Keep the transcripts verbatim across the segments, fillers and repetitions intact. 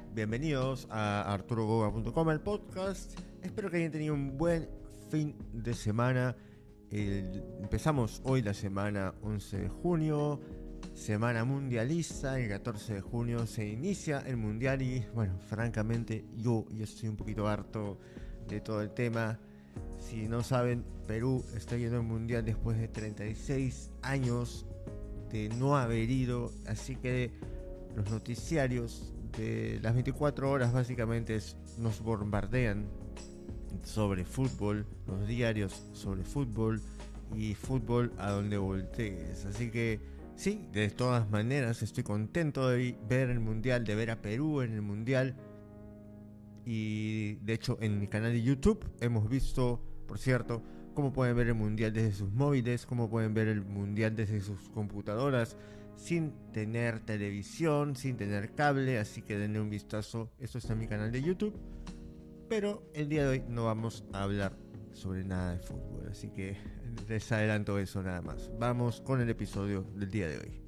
Bienvenidos a arturo goga punto com, el podcast. Espero que hayan tenido un buen fin de semana. El, empezamos hoy la semana once de junio, semana mundialista. El catorce de junio se inicia el mundial y, bueno, francamente yo ya estoy un poquito harto de todo el tema. Si no saben, Perú está yendo al mundial después de treinta y seis años de no haber ido, así que los noticiarios de las veinticuatro horas básicamente nos bombardean sobre fútbol, los diarios sobre fútbol y fútbol a donde voltees. Así que sí, de todas maneras estoy contento de ver el mundial, de ver a Perú en el mundial. Y de hecho en mi canal de YouTube hemos visto, por cierto, cómo pueden ver el mundial desde sus móviles, cómo pueden ver el mundial desde sus computadoras, sin tener televisión, sin tener cable, así que denle un vistazo. Esto está en mi canal de YouTube. Pero el día de hoy no vamos a hablar sobre nada de fútbol, así que les adelanto eso nada más. Vamos con el episodio del día de hoy.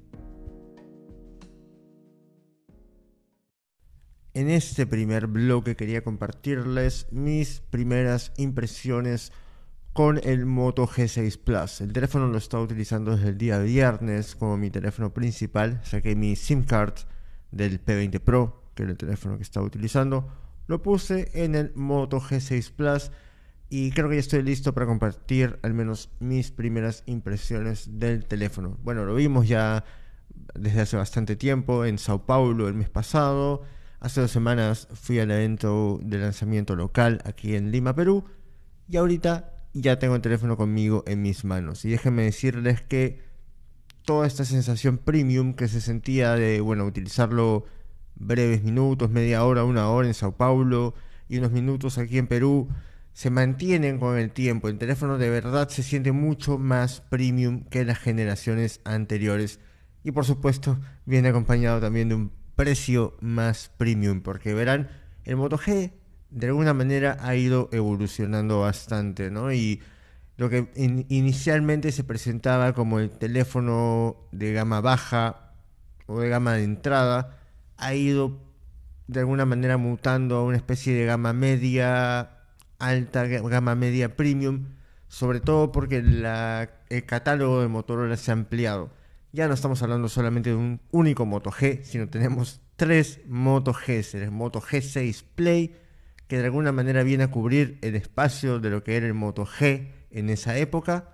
En este primer bloque quería compartirles mis primeras impresiones con el Moto G seis Plus. El teléfono lo estaba utilizando desde el día viernes como mi teléfono principal. Saqué mi SIM card del P veinte Pro, que era el teléfono que estaba utilizando. Lo puse en el Moto G seis Plus y creo que ya estoy listo para compartir al menos mis primeras impresiones del teléfono. Bueno, lo vimos ya desde hace bastante tiempo en Sao Paulo el mes pasado. Hace dos semanas fui al evento de lanzamiento local aquí en Lima, Perú. Y ahorita ya tengo el teléfono conmigo en mis manos. Y déjenme decirles que toda esta sensación premium que se sentía de, bueno, utilizarlo breves minutos, media hora, una hora en Sao Paulo y unos minutos aquí en Perú, se mantienen con el tiempo. El teléfono de verdad se siente mucho más premium que las generaciones anteriores. Y por supuesto viene acompañado también de un precio más premium, porque verán, el Moto G de alguna manera ha ido evolucionando bastante, ¿no? Y lo que in- inicialmente se presentaba como el teléfono de gama baja o de gama de entrada ha ido de alguna manera mutando a una especie de gama media alta, gama media premium, sobre todo porque la, el catálogo de Motorola se ha ampliado. Ya no estamos hablando solamente de un único Moto G, sino tenemos tres Moto Gs. El Moto G seis Play, que de alguna manera viene a cubrir el espacio de lo que era el Moto G en esa época.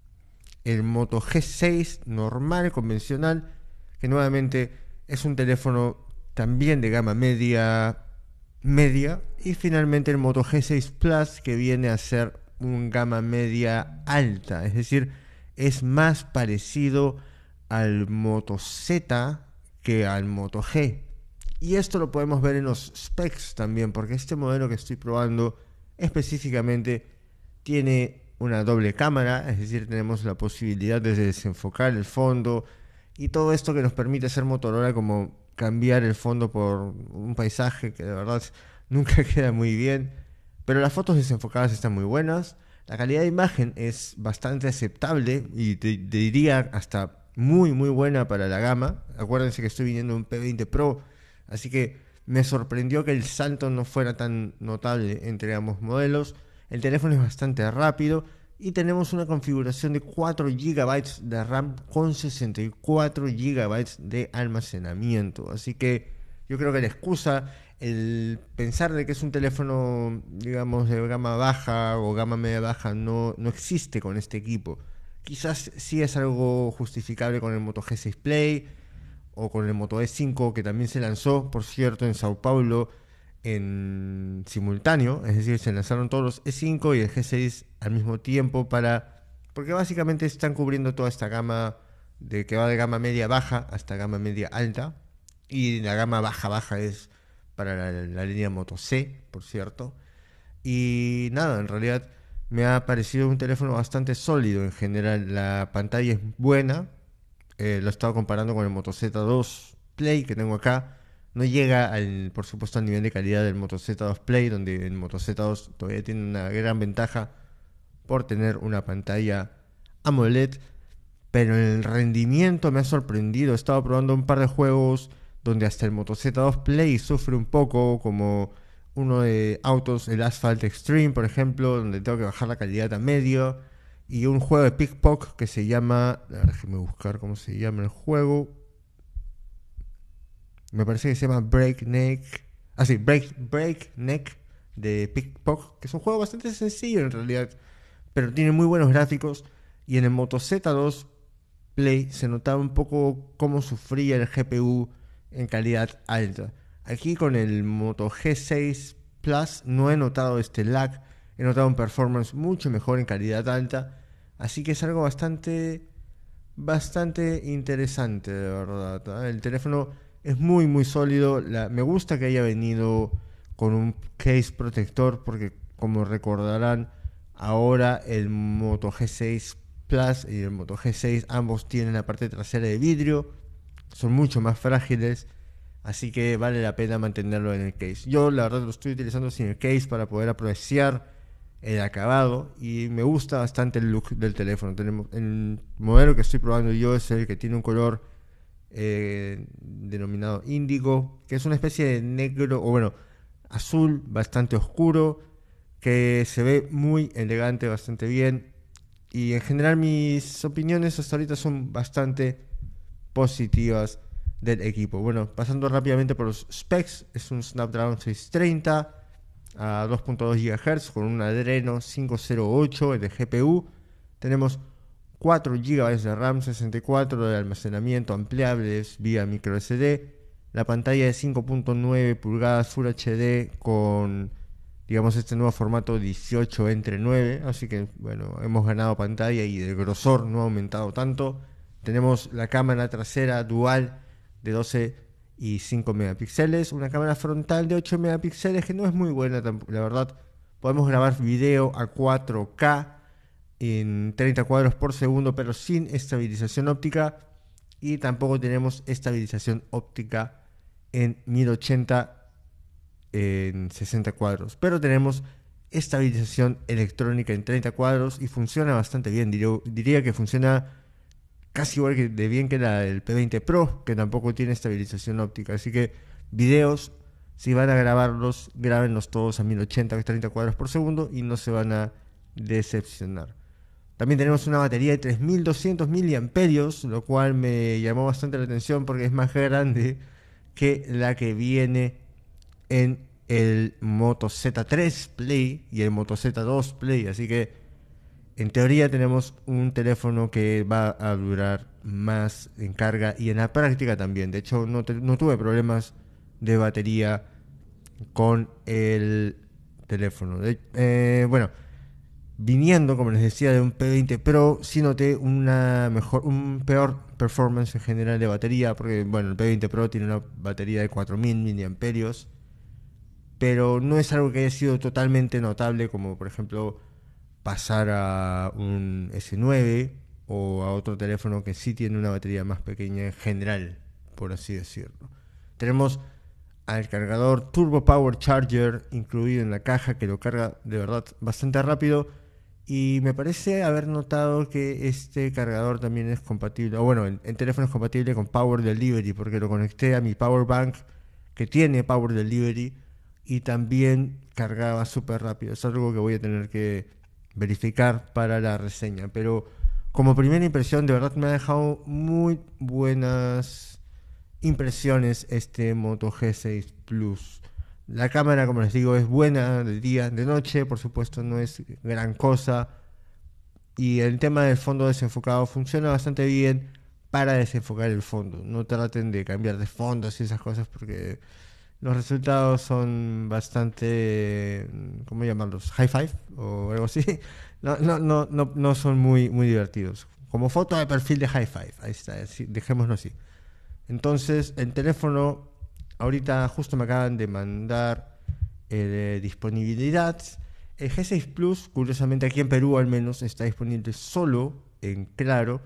El Moto G seis normal, convencional, que nuevamente es un teléfono también de gama media, media. Y finalmente el Moto G seis Plus, que viene a ser un gama media alta. Es decir, es más parecido al Moto Z que al Moto G. Y esto lo podemos ver en los specs también, porque este modelo que estoy probando específicamente tiene una doble cámara, es decir, tenemos la posibilidad de desenfocar el fondo y todo esto que nos permite hacer Motorola, como cambiar el fondo por un paisaje que de verdad nunca queda muy bien, pero las fotos desenfocadas están muy buenas, la calidad de imagen es bastante aceptable y te, te diría hasta muy muy buena para la gama. Acuérdense que estoy viniendo un P veinte Pro, así que me sorprendió que el salto no fuera tan notable entre ambos modelos. El teléfono es bastante rápido y tenemos una configuración de cuatro gigabytes de RAM con sesenta y cuatro gigabytes de almacenamiento. Así que yo creo que la excusa, el pensar de que es un teléfono, digamos, de gama baja o gama media baja, no, no existe con este equipo. Quizás sí es algo justificable con el Moto G seis Play o con el Moto E cinco, que también se lanzó, por cierto, en Sao Paulo en simultáneo, es decir, se lanzaron todos los E cinco y el G seis al mismo tiempo, para porque básicamente están cubriendo toda esta gama de que va de gama media baja hasta gama media alta, y la gama baja baja es para la, la línea Moto C, por cierto. Y nada, en realidad me ha parecido un teléfono bastante sólido en general. La pantalla es buena. Eh, lo he estado comparando con el Moto Z dos Play que tengo acá. No llega, al, por supuesto, al nivel de calidad del Moto Z dos Play, donde el Moto Z dos todavía tiene una gran ventaja por tener una pantalla AMOLED. Pero el rendimiento me ha sorprendido. He estado probando un par de juegos donde hasta el Moto Z dos Play sufre un poco, como uno de autos, el Asphalt Extreme, por ejemplo, donde tengo que bajar la calidad a medio, y un juego de Pickpock que se llama, déjeme buscar cómo se llama el juego, me parece que se llama Breakneck, ah sí, Break, Breakneck de Pickpock, que es un juego bastante sencillo en realidad, pero tiene muy buenos gráficos, y en el Moto Z dos Play se notaba un poco cómo sufría el G P U en calidad alta. Aquí con el Moto G seis Plus no he notado este lag, he notado un performance mucho mejor en calidad alta, así que es algo bastante bastante interesante, de verdad, ¿eh? El teléfono es muy muy sólido, la, me gusta que haya venido con un case protector, porque como recordarán, ahora el Moto G seis Plus y el Moto G seis ambos tienen la parte trasera de vidrio, son mucho más frágiles, así que vale la pena mantenerlo en el case. Yo la verdad lo estoy utilizando sin el case para poder apreciar el acabado, y me gusta bastante el look del teléfono. Tenemos el modelo que estoy probando yo es el que tiene un color eh, denominado índigo, que es una especie de negro, o bueno, azul bastante oscuro, que se ve muy elegante, bastante bien. Y en general mis opiniones hasta ahorita son bastante positivas del equipo. Bueno, pasando rápidamente por los specs, es un Snapdragon seiscientos treinta a dos punto dos gigahercios con un Adreno cinco cero ocho de G P U. Tenemos cuatro gigabytes de RAM, sesenta y cuatro de almacenamiento ampliables vía micro S D. La pantalla de cinco punto nueve pulgadas Full H D con, digamos, este nuevo formato dieciocho entre nueve, así que bueno, hemos ganado pantalla y el grosor no ha aumentado tanto. Tenemos la cámara trasera dual de doce y cinco megapíxeles, una cámara frontal de ocho megapíxeles que no es muy buena tampoco, la verdad. Podemos grabar video a cuatro K en treinta cuadros por segundo, pero sin estabilización óptica, y tampoco tenemos estabilización óptica en mil ochenta en sesenta cuadros, pero tenemos estabilización electrónica en treinta cuadros y funciona bastante bien. Diría, diría que funciona casi igual que de bien que la del P veinte Pro, que tampoco tiene estabilización óptica. Así que videos, si van a grabarlos, grábenlos todos a mil ochenta, treinta cuadros por segundo, y no se van a decepcionar. También tenemos una batería de tres mil doscientos miliamperios, lo cual me llamó bastante la atención porque es más grande que la que viene en el Moto Z tres Play y el Moto Z dos Play. Así que en teoría tenemos un teléfono que va a durar más en carga y en la práctica también. De hecho, no, te, no tuve problemas de batería con el teléfono. De, eh, bueno, viniendo, como les decía, de un P veinte Pro, sí noté una mejor, un peor performance en general de batería, porque bueno, el P veinte Pro tiene una batería de cuatro mil miliamperios, pero no es algo que haya sido totalmente notable, como por ejemplo pasar a un S nueve o a otro teléfono que sí tiene una batería más pequeña en general, por así decirlo. Tenemos al cargador Turbo Power Charger incluido en la caja, que lo carga de verdad bastante rápido, y me parece haber notado que este cargador también es compatible, o bueno, en, en teléfono es compatible con Power Delivery, porque lo conecté a mi Power Bank que tiene Power Delivery y también cargaba súper rápido. Es algo que voy a tener que verificar para la reseña, pero como primera impresión de verdad me ha dejado muy buenas impresiones este Moto G seis Plus. La cámara, como les digo, es buena de día, de noche, por supuesto no es gran cosa, y el tema del fondo desenfocado funciona bastante bien para desenfocar el fondo. No traten de cambiar de fondos y esas cosas porque los resultados son bastante, ¿cómo llamarlos? High five o algo así. No, no, no, no, no son muy, muy divertidos. Como foto de perfil de high five. Ahí está, así, dejémoslo así. Entonces, el teléfono, ahorita justo me acaban de mandar eh, disponibilidad. El G seis Plus, curiosamente aquí en Perú al menos, está disponible solo en Claro,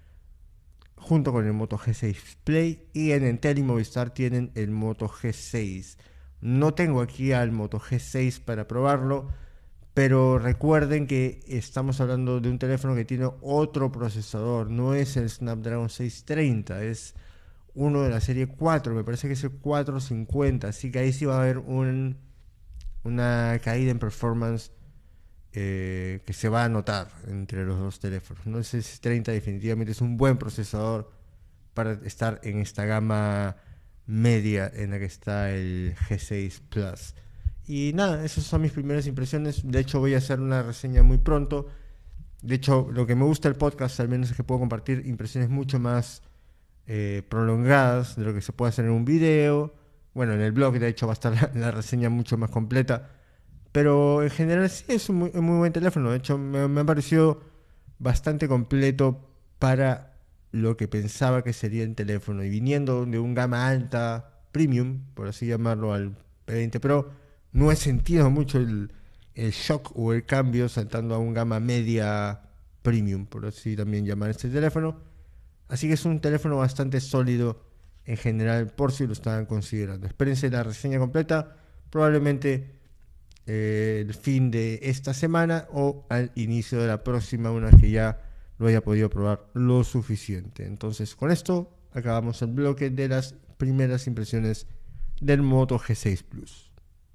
junto con el Moto G seis Play, y en Entel y Movistar tienen el Moto G seis. No tengo aquí al Moto G seis para probarlo, pero recuerden que estamos hablando de un teléfono que tiene otro procesador, no es el Snapdragon seiscientos treinta, es uno de la serie cuatro, me parece que es el cuatrocientos cincuenta, así que ahí sí va a haber un, una caída en performance eh, que se va a notar entre los dos teléfonos. No sé si treinta definitivamente es un buen procesador para estar en esta gama media en la que está el G seis Plus. Y nada, esas son mis primeras impresiones. De hecho, voy a hacer una reseña muy pronto. De hecho, lo que me gusta del podcast al menos es que puedo compartir impresiones mucho más eh, prolongadas de lo que se puede hacer en un video. Bueno, en el blog de hecho va a estar la, la reseña mucho más completa. Pero en general sí es un muy, un muy buen teléfono. De hecho, me, me ha parecido bastante completo para lo que pensaba que sería el teléfono. Y viniendo de un gama alta, premium, por así llamarlo, al P veinte Pro, no he sentido mucho el, el shock o el cambio saltando a un gama media premium, por así también llamar este teléfono. Así que es un teléfono bastante sólido en general, por si lo estaban considerando. Espérense la reseña completa, probablemente eh, el fin de esta semana o al inicio de la próxima, una vez que ya lo haya podido probar lo suficiente. Entonces, con esto acabamos el bloque de las primeras impresiones del Moto G seis Plus.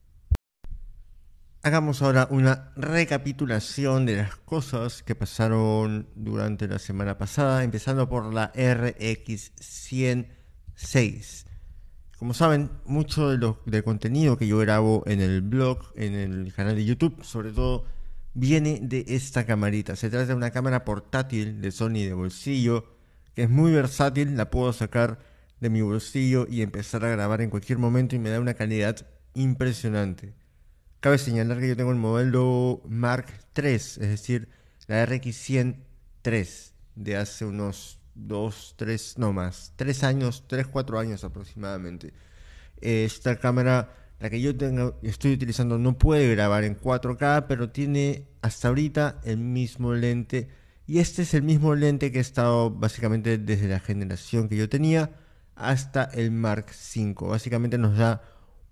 Hagamos ahora una recapitulación de las cosas que pasaron durante la semana pasada, empezando por la R X ciento seis. Como saben, mucho de lo, del contenido que yo grabo en el blog, en el canal de YouTube, sobre todo, viene de esta camarita. Se trata de una cámara portátil de Sony de bolsillo, que es muy versátil, la puedo sacar de mi bolsillo y empezar a grabar en cualquier momento y me da una calidad impresionante. Cabe señalar que yo tengo el modelo Mark tres, es decir, la R X ciento tres de hace unos dos, tres, no más, tres años, tres, cuatro años aproximadamente. Esta cámara, la que yo tengo, estoy utilizando, no puede grabar en cuatro K, pero tiene hasta ahorita el mismo lente. Y este es el mismo lente que he estado básicamente desde la generación que yo tenía hasta el Mark cinco. Básicamente nos da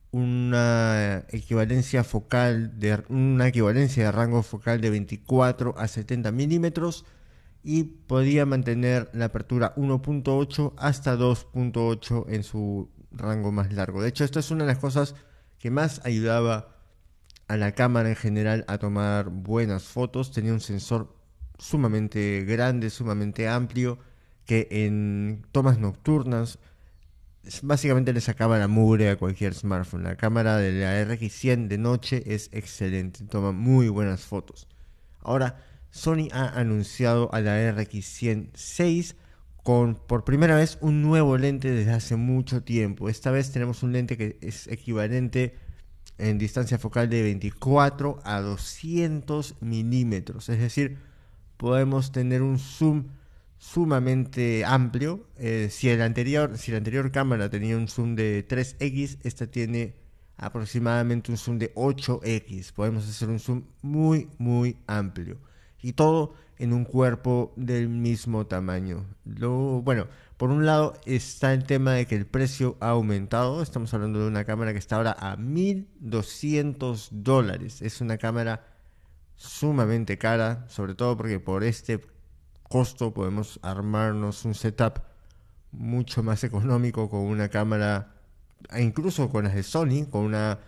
una equivalencia focal de una equivalencia de rango focal de veinticuatro a setenta milímetros y podía mantener la apertura uno punto ocho hasta dos punto ocho en su rango más largo. De hecho, esto es una de las cosas que más ayudaba a la cámara en general a tomar buenas fotos. Tenía un sensor sumamente grande, sumamente amplio, que en tomas nocturnas básicamente le sacaba la mugre a cualquier smartphone. La cámara de la R X cien de noche es excelente, toma muy buenas fotos. Ahora, Sony ha anunciado a la R X ciento seis con por primera vez un nuevo lente desde hace mucho tiempo. Esta vez tenemos un lente que es equivalente en distancia focal de veinticuatro a doscientos milímetros. Es decir, podemos tener un zoom sumamente amplio. Eh, si, el anterior, si la anterior cámara tenía un zoom de tres equis, esta tiene aproximadamente un zoom de ocho equis. Podemos hacer un zoom muy muy amplio y todo en un cuerpo del mismo tamaño. Lo, bueno, por un lado está el tema de que el precio ha aumentado. Estamos hablando de una cámara que está ahora a mil doscientos dólares. Es una cámara sumamente cara, sobre todo porque por este costo podemos armarnos un setup mucho más económico con una cámara, incluso con las de Sony, con una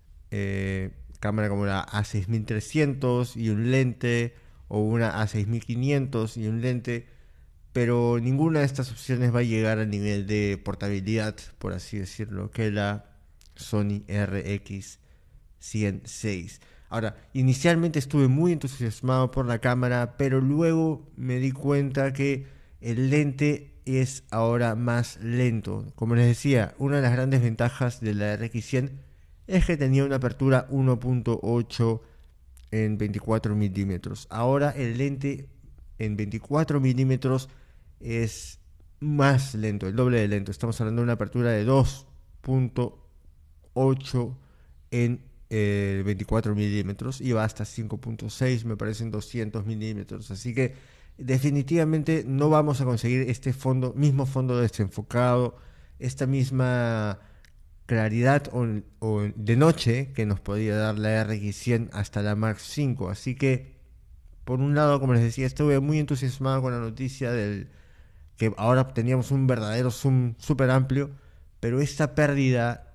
eh, cámara como la A seis mil trescientos y un lente, o una A seis mil quinientos y un lente, pero ninguna de estas opciones va a llegar al nivel de portabilidad, por así decirlo, que la Sony R X ciento seis. Ahora, inicialmente estuve muy entusiasmado por la cámara, pero luego me di cuenta que el lente es ahora más lento. Como les decía, una de las grandes ventajas de la R X cien es que tenía una apertura uno punto ocho en veinticuatro milímetros. Ahora el lente en veinticuatro milímetros es más lento, el doble de lento. Estamos hablando de una apertura de dos punto ocho en eh, veinticuatro milímetros y va hasta cinco punto seis, me parecen doscientos milímetros. Así que definitivamente no vamos a conseguir este fondo, mismo fondo desenfocado, esta misma claridad o, o de noche que nos podía dar la R X cien hasta la Mark cinco. Así que, por un lado, como les decía, estuve muy entusiasmado con la noticia del que ahora teníamos un verdadero zoom súper amplio, pero esta pérdida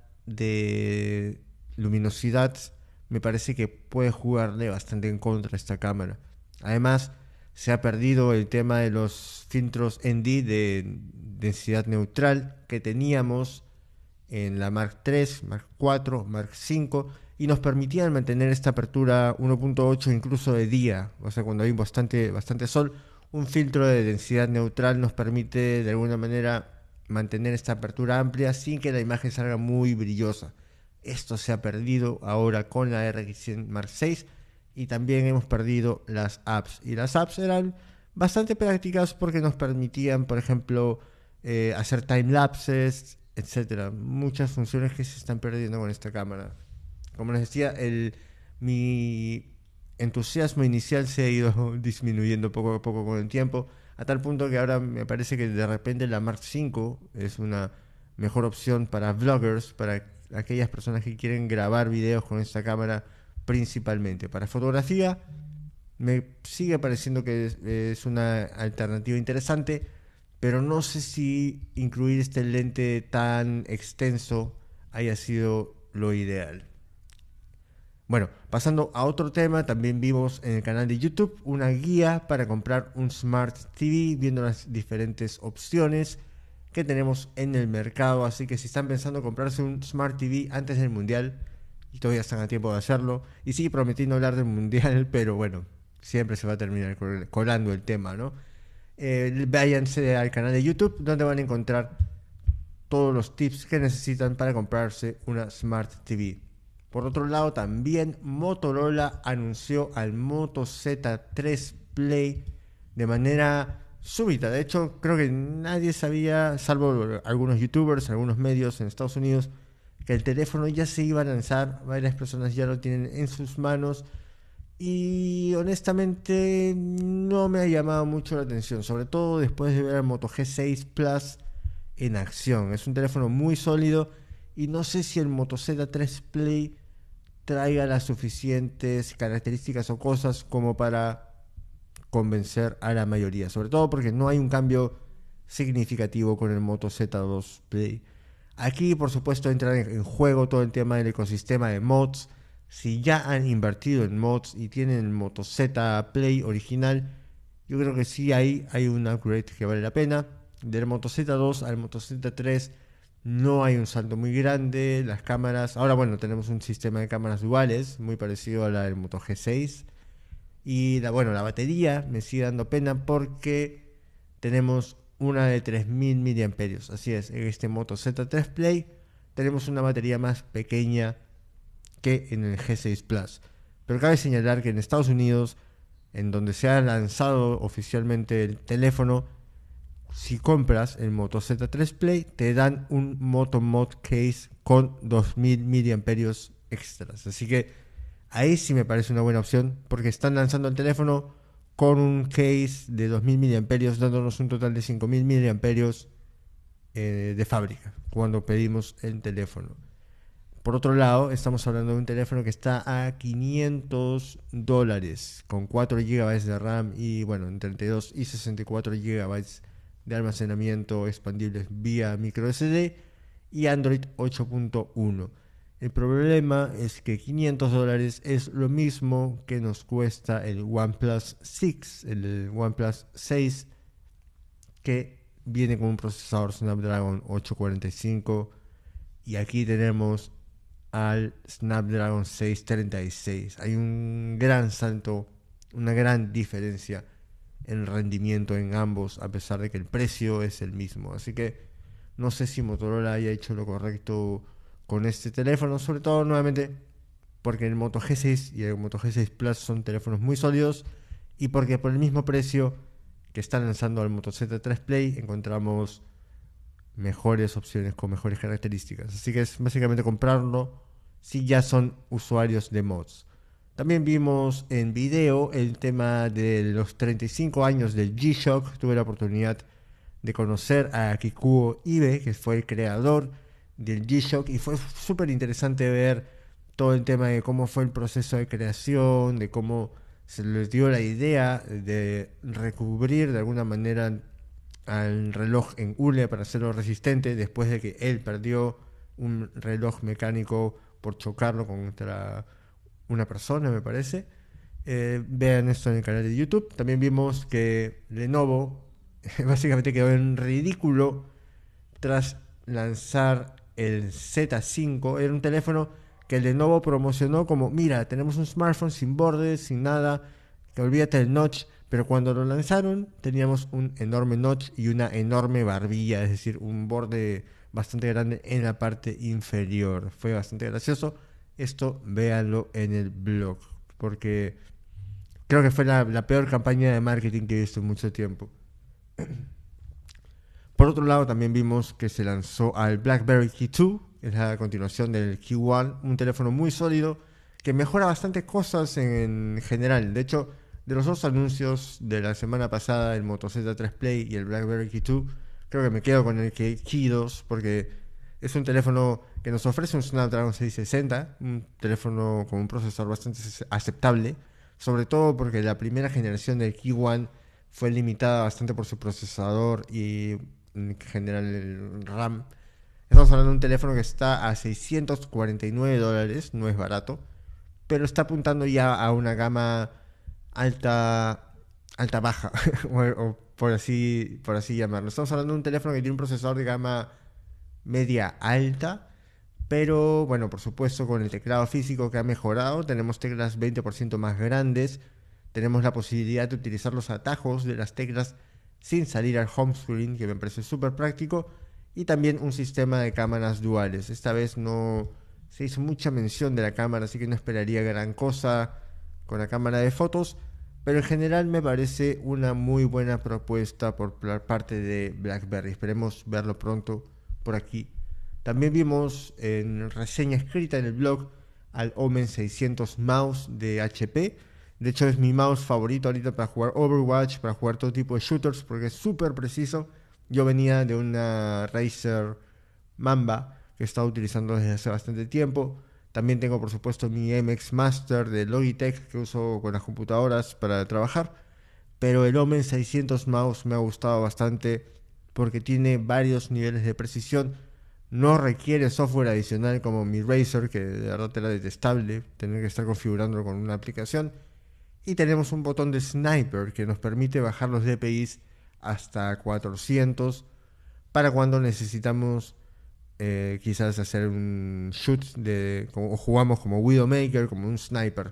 de luminosidad me parece que puede jugarle bastante en contra a esta cámara. Además, se ha perdido el tema de los filtros N D de densidad neutral que teníamos en la Mark tres, Mark cuatro, Mark cinco, y nos permitían mantener esta apertura uno punto ocho incluso de día, o sea, cuando hay bastante, bastante sol. Un filtro de densidad neutral nos permite de alguna manera mantener esta apertura amplia sin que la imagen salga muy brillosa. Esto se ha perdido ahora con la R X cien Mark seis, y también hemos perdido las apps. Y las apps eran bastante prácticas porque nos permitían, por ejemplo, eh, hacer timelapses, etcétera. Muchas funciones que se están perdiendo con esta cámara. Como les decía, el, mi entusiasmo inicial se ha ido disminuyendo poco a poco con el tiempo, a tal punto que ahora me parece que de repente la Mark cinco es una mejor opción para vloggers, para aquellas personas que quieren grabar videos con esta cámara principalmente. Para fotografía me sigue pareciendo que es, es una alternativa interesante, pero no sé si incluir este lente tan extenso haya sido lo ideal. Bueno, pasando a otro tema, también vimos en el canal de YouTube una guía para comprar un Smart T V, viendo las diferentes opciones que tenemos en el mercado. Así que si están pensando comprarse un Smart T V antes del Mundial, y todavía están a tiempo de hacerlo, y sí, prometí no hablar del Mundial, pero bueno, siempre se va a terminar colando el tema, ¿no? Eh, váyanse al canal de YouTube, donde van a encontrar todos los tips que necesitan para comprarse una Smart T V. Por otro lado, también Motorola anunció al Moto Z tres Play de manera súbita. De hecho, creo que nadie sabía, salvo algunos youtubers, algunos medios en Estados Unidos, que el teléfono ya se iba a lanzar. Varias personas ya lo tienen en sus manos, y honestamente no me ha llamado mucho la atención, sobre todo después de ver el Moto G seis Plus en acción. Es un teléfono muy sólido, y no sé si el Moto Z tres Play traiga las suficientes características o cosas como para convencer a la mayoría, sobre todo porque no hay un cambio significativo con el Moto Z dos Play. Aquí, por supuesto, entra en juego todo el tema del ecosistema de mods. Si ya han invertido en mods y tienen el Moto Z Play original, yo creo que sí hay, hay un upgrade que vale la pena. Del Moto Z dos al Moto Z tres no hay un salto muy grande. Las cámaras, ahora bueno, tenemos un sistema de cámaras duales muy parecido a la del Moto G seis. Y la, bueno, la batería me sigue dando pena porque tenemos una de tres mil miliamperios hora. Así es, en este Moto Z tres Play tenemos una batería más pequeña que en el G seis Plus. Pero cabe señalar que en Estados Unidos, en donde se ha lanzado oficialmente el teléfono, si compras el Moto Z tres Play, te dan un Moto Mod Case con dos mil miliamperios hora extras. Así que ahí sí me parece una buena opción, porque están lanzando el teléfono con un case de dos mil miliamperios hora, dándonos un total de cinco mil miliamperios hora eh, de fábrica cuando pedimos el teléfono. Por otro lado, estamos hablando de un teléfono que está a quinientos dólares, con cuatro gigabytes de RAM y, bueno, en treinta y dos y sesenta y cuatro gigabytes de almacenamiento expandibles vía micro S D y Android ocho punto uno. El problema es que quinientos dólares es lo mismo que nos cuesta el OnePlus seis, el OnePlus seis, que viene con un procesador Snapdragon ocho cuarenta y cinco, y aquí tenemos al Snapdragon seiscientos treinta y seis. Hay un gran salto, una gran diferencia en rendimiento en ambos, a pesar de que el precio es el mismo. Así que no sé si Motorola haya hecho lo correcto con este teléfono, sobre todo nuevamente porque el Moto G seis y el Moto G seis Plus son teléfonos muy sólidos, y porque por el mismo precio que están lanzando al Moto Z tres Play encontramos mejores opciones con mejores características. Así que es básicamente comprarlo si ya son usuarios de mods. También vimos en video el tema de los treinta y cinco años del G-Shock. Tuve la oportunidad de conocer a Kikuo Ibe, que fue el creador del G-Shock, y fue súper interesante ver todo el tema de cómo fue el proceso de creación, de cómo se les dio la idea de recubrir de alguna manera al reloj en hule para hacerlo resistente después de que él perdió un reloj mecánico por chocarlo contra una persona, me parece. Eh, vean esto en el canal de YouTube. También vimos que Lenovo básicamente quedó en ridículo tras lanzar el Z cinco. Era un teléfono que Lenovo promocionó como, mira, tenemos un smartphone sin bordes, sin nada, que olvídate del notch. Pero cuando lo lanzaron teníamos un enorme notch y una enorme barbilla, es decir, un borde bastante grande en la parte inferior. Fue bastante gracioso. Esto véanlo en el blog, porque creo que fue la, la peor campaña de marketing que he visto en mucho tiempo. Por otro lado, también vimos que se lanzó al BlackBerry Key dos, es la continuación del Key uno, un teléfono muy sólido que mejora bastantes cosas en general. De hecho, de los dos anuncios de la semana pasada, el Moto Z tres Play y el BlackBerry Key dos, creo que me quedo con el Key dos porque es un teléfono que nos ofrece un Snapdragon seiscientos sesenta, un teléfono con un procesador bastante aceptable, sobre todo porque la primera generación del Key uno fue limitada bastante por su procesador y en general el RAM. Estamos hablando de un teléfono que está a seiscientos cuarenta y nueve dólares, no es barato, pero está apuntando ya a una gama alta, alta baja, o, o por así, por así llamarlo. Estamos hablando de un teléfono que tiene un procesador de gama media alta, pero bueno, por supuesto con el teclado físico que ha mejorado, tenemos teclas veinte por ciento más grandes, tenemos la posibilidad de utilizar los atajos de las teclas sin salir al home screen, que me parece súper práctico, y también un sistema de cámaras duales. Esta vez no se hizo mucha mención de la cámara, así que no esperaría gran cosa con la cámara de fotos, pero en general me parece una muy buena propuesta por parte de BlackBerry. Esperemos verlo pronto por aquí. También vimos en reseña escrita en el blog al Omen seiscientos Mouse de H P. De hecho es mi mouse favorito ahorita para jugar Overwatch, para jugar todo tipo de shooters, porque es súper preciso. Yo venía de una Razer Mamba que estaba utilizando desde hace bastante tiempo. También tengo por supuesto mi M X Master de Logitech que uso con las computadoras para trabajar. Pero el Omen seiscientos Mouse me ha gustado bastante porque tiene varios niveles de precisión. No requiere software adicional como mi Razer, que de verdad era detestable tener que estar configurándolo con una aplicación. Y tenemos un botón de sniper que nos permite bajar los D P Is hasta cuatrocientos para cuando necesitamos eh, quizás hacer un shoot de, o jugamos como Widowmaker, como un sniper.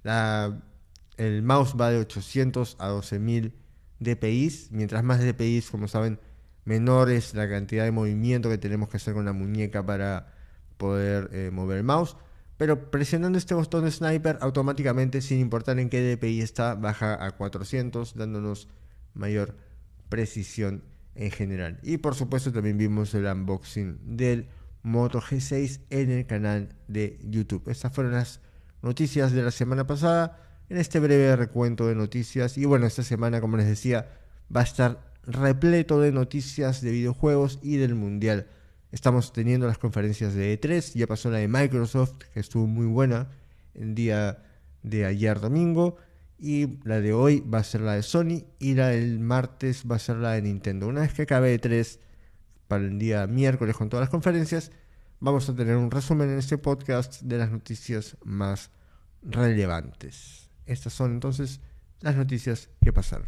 La, el mouse va de ochocientos a doce mil D P Is. Mientras más D P Is, como saben, menor es la cantidad de movimiento que tenemos que hacer con la muñeca para poder eh, mover el mouse. Pero presionando este botón de sniper, automáticamente, sin importar en qué D P I está, baja a cuatrocientos, dándonos mayor precisión en general. Y por supuesto también vimos el unboxing del Moto G seis en el canal de YouTube. Estas fueron las noticias de la semana pasada, en este breve recuento de noticias. Y bueno, esta semana, como les decía, va a estar repleto de noticias de videojuegos y del Mundial. Estamos teniendo las conferencias de E tres, ya pasó la de Microsoft, que estuvo muy buena el día de ayer domingo, y la de hoy va a ser la de Sony, y la del martes va a ser la de Nintendo. Una vez que acabe E tres, para el día miércoles con todas las conferencias, vamos a tener un resumen en este podcast de las noticias más relevantes. Estas son entonces las noticias que pasaron.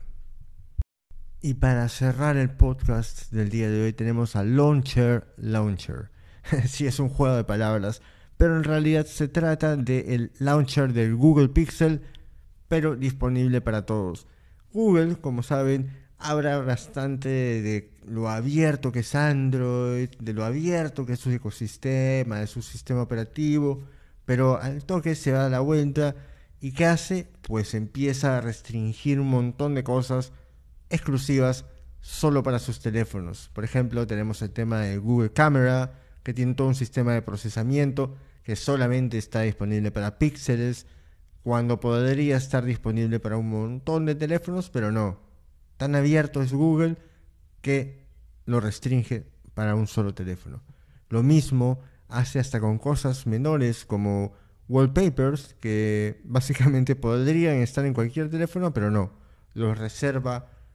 Y para cerrar el podcast del día de hoy tenemos a Launcher Launcher. Sí, es un juego de palabras, pero en realidad se trata del launcher del Google Pixel, pero disponible para todos. Google, como saben, habla bastante de lo abierto que es Android, de lo abierto que es su ecosistema, de su sistema operativo, pero al toque se da la vuelta y ¿qué hace? Pues empieza a restringir un montón de cosas exclusivas solo para sus teléfonos. Por ejemplo, tenemos el tema de Google Camera, que tiene todo un sistema de procesamiento que solamente está disponible para píxeles, cuando podría estar disponible para un montón de teléfonos, pero no. Tan abierto es Google que lo restringe para un solo teléfono. Lo mismo hace hasta con cosas menores como wallpapers, que básicamente podrían estar en cualquier teléfono, pero no. Los reserva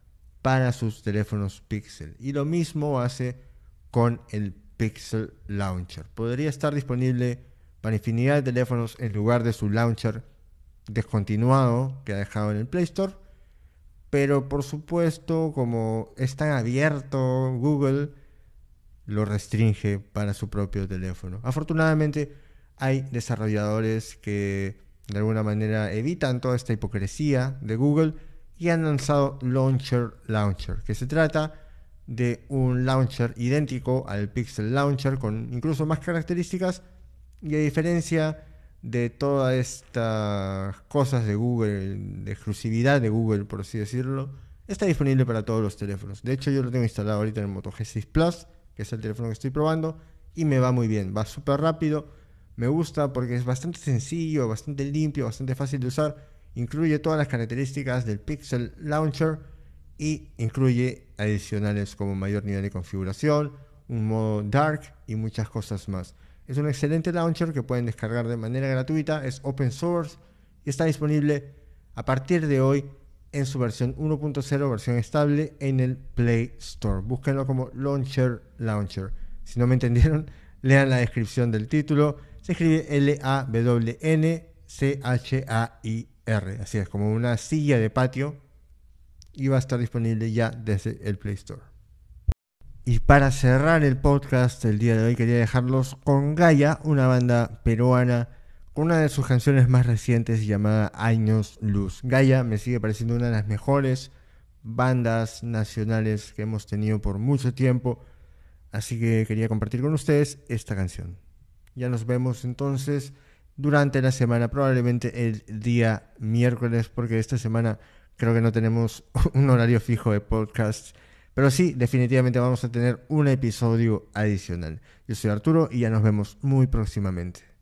para sus teléfonos Pixel. Y lo mismo hace con el Pixel Launcher. Podría estar disponible para infinidad de teléfonos en lugar de su launcher descontinuado que ha dejado en el Play Store. Pero por supuesto, como es tan abierto, Google lo restringe para su propio teléfono. Afortunadamente hay desarrolladores que de alguna manera evitan toda esta hipocresía de Google y han lanzado Launcher Launcher, que se trata de un launcher idéntico al Pixel Launcher con incluso más características, y a diferencia de todas estas cosas de Google, de exclusividad de Google por así decirlo, está disponible para todos los teléfonos. De hecho yo lo tengo instalado ahorita en el Moto G seis Plus, que es el teléfono que estoy probando, y me va muy bien, va súper rápido. Me gusta porque es bastante sencillo, bastante limpio, bastante fácil de usar. Incluye todas las características del Pixel Launcher y incluye adicionales como mayor nivel de configuración, un modo dark y muchas cosas más. Es un excelente launcher que pueden descargar de manera gratuita, es open source y está disponible a partir de hoy en su versión uno punto cero, versión estable, en el Play Store. Búsquenlo como Launcher Launcher. Si no me entendieron, lean la descripción del título. Se escribe L A W N C H A I R. Así es, como una silla de patio. Y va a estar disponible ya desde el Play Store. Y para cerrar el podcast el día de hoy, quería dejarlos con Gaia, una banda peruana con una de sus canciones más recientes llamada Años Luz. Gaia me sigue pareciendo una de las mejores bandas nacionales que hemos tenido por mucho tiempo. Así que quería compartir con ustedes esta canción. Ya nos vemos entonces durante la semana, probablemente el día miércoles, porque esta semana creo que no tenemos un horario fijo de podcast. Pero sí, definitivamente vamos a tener un episodio adicional. Yo soy Arturo y ya nos vemos muy próximamente.